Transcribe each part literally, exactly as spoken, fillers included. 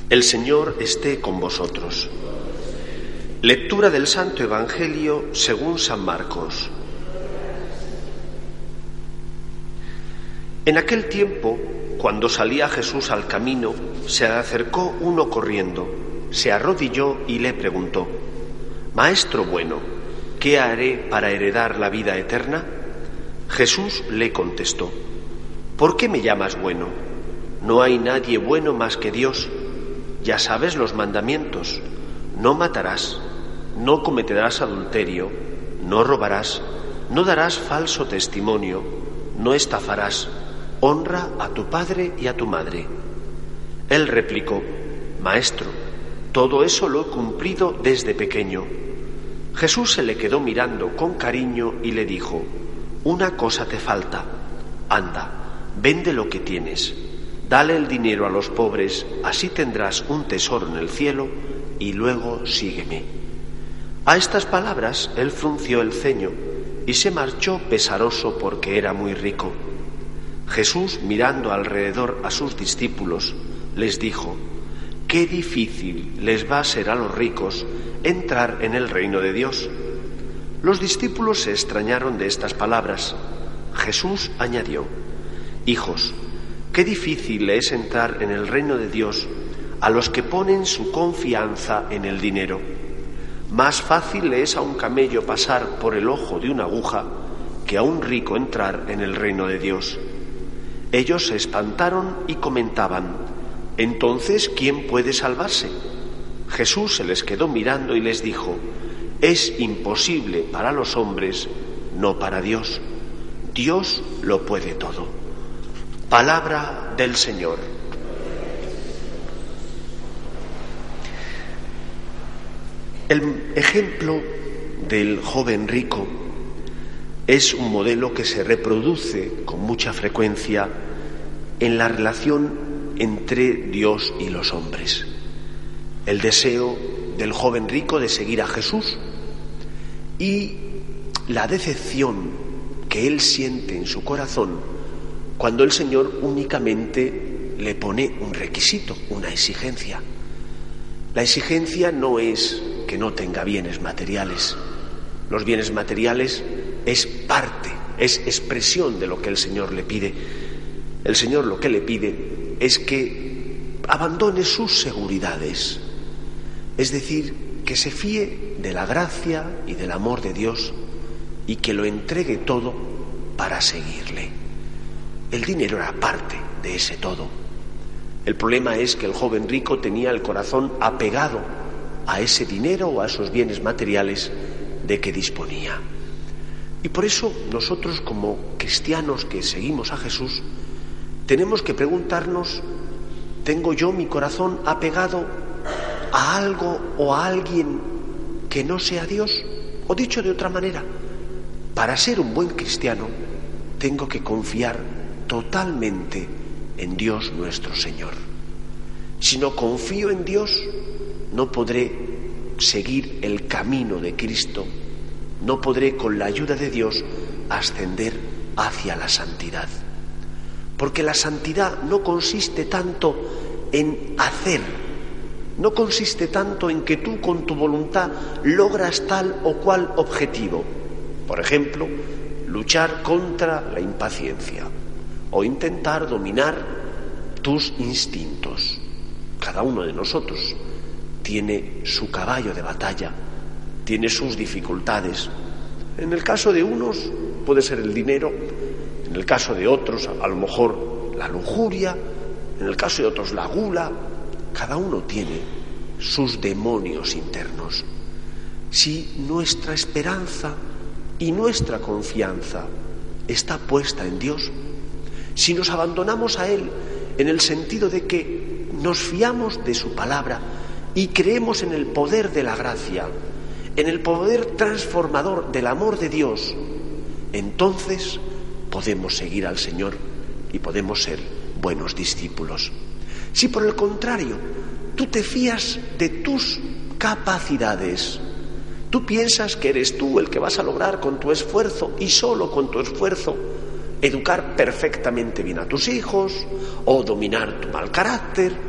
El Señor esté con vosotros. Lectura del Santo Evangelio según San Marcos. En aquel tiempo, cuando salía Jesús al camino, se le acercó uno corriendo, se arrodilló y le preguntó: «Maestro bueno, ¿qué haré para heredar la vida eterna?». Jesús le contestó: «¿Por qué me llamas bueno? No hay nadie bueno más que Dios. Ya sabes los mandamientos: no matarás, no cometerás adulterio, no robarás, no darás falso testimonio, no estafarás, honra a tu padre y a tu madre». Él replicó: «Maestro, todo eso lo he cumplido desde pequeño». Jesús se le quedó mirando con cariño y le dijo: «Una cosa te falta. Anda, vende lo que tienes, dale el dinero a los pobres, así tendrás un tesoro en el cielo, y luego sígueme». A estas palabras él frunció el ceño y se marchó pesaroso porque era muy rico. Jesús, mirando alrededor a sus discípulos, les dijo: «Qué difícil les va a ser a los ricos entrar en el reino de Dios». Los discípulos se extrañaron de estas palabras. Jesús añadió: «Hijos, qué difícil es entrar en el reino de Dios a los que ponen su confianza en el dinero. Más fácil es a un camello pasar por el ojo de una aguja que a un rico entrar en el reino de Dios». Ellos se espantaron y comentaban: «Entonces, ¿quién puede salvarse?». Jesús se les quedó mirando y les dijo: «Es imposible para los hombres, no para Dios. Dios lo puede todo». Palabra del Señor. El ejemplo del joven rico es un modelo que se reproduce con mucha frecuencia en la relación entre Dios y los hombres. El deseo del joven rico de seguir a Jesús y la decepción que él siente en su corazón cuando el Señor únicamente le pone un requisito, una exigencia. La exigencia no es que no tenga bienes materiales. Los bienes materiales es parte, es expresión de lo que el Señor le pide. El Señor lo que le pide es que abandone sus seguridades, es decir, que se fíe de la gracia y del amor de Dios y que lo entregue todo para seguirle. El dinero era parte de ese todo. El problema es que el joven rico tenía el corazón apegado a ese dinero o a esos bienes materiales de que disponía. Y por eso nosotros, como cristianos que seguimos a Jesús, tenemos que preguntarnos: ¿tengo yo mi corazón apegado a algo o a alguien que no sea Dios? O dicho de otra manera, para ser un buen cristiano tengo que confiar totalmente en Dios nuestro Señor. Si no confío en Dios, no podré seguir el camino de Cristo, no podré con la ayuda de Dios ascender hacia la santidad. Porque la santidad no consiste tanto en hacer, no consiste tanto en que tú con tu voluntad logras tal o cual objetivo. Por ejemplo, luchar contra la impaciencia o intentar dominar tus instintos. Cada uno de nosotros tiene su caballo de batalla, tiene sus dificultades. En el caso de unos puede ser el dinero, en el caso de otros a lo mejor la lujuria, en el caso de otros la gula. Cada uno tiene sus demonios internos. Si nuestra esperanza y nuestra confianza está puesta en Dios, si nos abandonamos a Él en el sentido de que nos fiamos de su palabra y creemos en el poder de la gracia, en el poder transformador del amor de Dios, entonces podemos seguir al Señor y podemos ser buenos discípulos. Si por el contrario tú te fías de tus capacidades, tú piensas que eres tú el que vas a lograr con tu esfuerzo y solo con tu esfuerzo educar perfectamente bien a tus hijos o dominar tu mal carácter,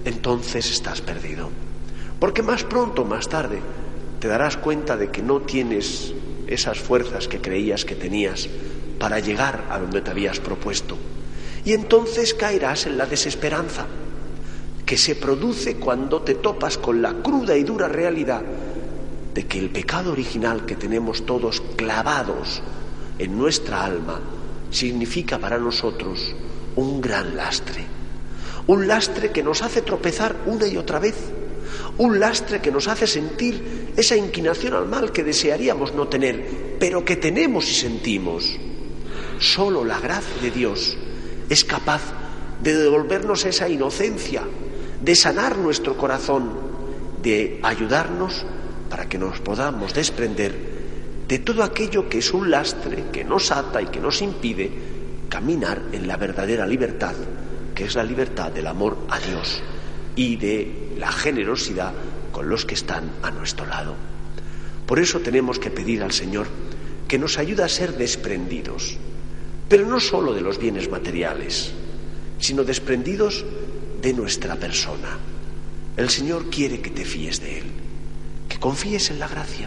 entonces estás perdido. Porque más pronto o más tarde te darás cuenta de que no tienes esas fuerzas que creías que tenías para llegar a donde te habías propuesto. Y entonces caerás en la desesperanza, que se produce cuando te topas con la cruda y dura realidad de que el pecado original que tenemos todos clavados en nuestra alma significa para nosotros un gran lastre. Un lastre que nos hace tropezar una y otra vez. Un lastre que nos hace sentir esa inclinación al mal que desearíamos no tener, pero que tenemos y sentimos. Solo la gracia de Dios es capaz de devolvernos esa inocencia, de sanar nuestro corazón, de ayudarnos para que nos podamos desprender de todo aquello que es un lastre, que nos ata y que nos impide caminar en la verdadera libertad, que es la libertad del amor a Dios y de la generosidad con los que están a nuestro lado. Por eso tenemos que pedir al Señor que nos ayude a ser desprendidos, pero no solo de los bienes materiales, sino desprendidos de nuestra persona. El Señor quiere que te fíes de Él, que confíes en la gracia.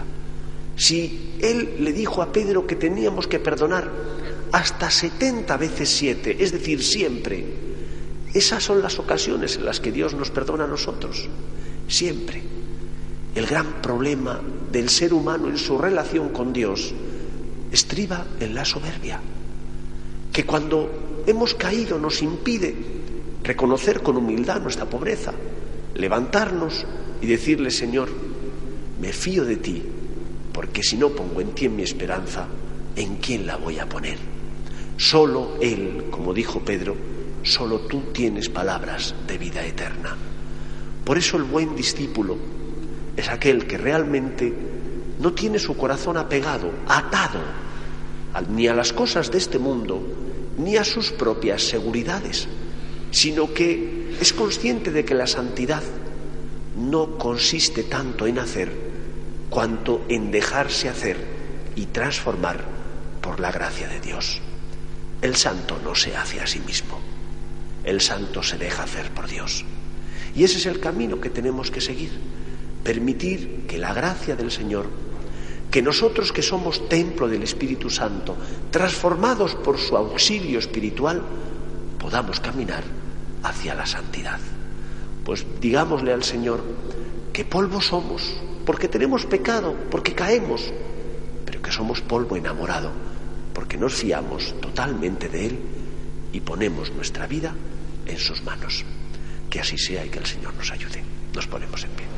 Si Él le dijo a Pedro que teníamos que perdonar hasta setenta veces siete, es decir, siempre, esas son las ocasiones en las que Dios nos perdona a nosotros, siempre. El gran problema del ser humano en su relación con Dios estriba en la soberbia, que cuando hemos caído nos impide reconocer con humildad nuestra pobreza, levantarnos y decirle: Señor, me fío de ti, porque si no pongo en ti en mi esperanza, ¿en quién la voy a poner? Solo Él, como dijo Pedro, solo tú tienes palabras de vida eterna. Por eso el buen discípulo es aquel que realmente no tiene su corazón apegado, atado, ni a las cosas de este mundo, ni a sus propias seguridades, sino que es consciente de que la santidad no consiste tanto en hacer cuanto en dejarse hacer y transformar por la gracia de Dios. El santo no se hace a sí mismo, el santo se deja hacer por Dios. Y ese es el camino que tenemos que seguir, permitir que la gracia del Señor, que nosotros que somos templo del Espíritu Santo, transformados por su auxilio espiritual, podamos caminar hacia la santidad. Pues digámosle al Señor que polvo somos, porque tenemos pecado, porque caemos, pero que somos polvo enamorado, porque nos fiamos totalmente de Él y ponemos nuestra vida en sus manos. Que así sea y que el Señor nos ayude. Nos ponemos en pie.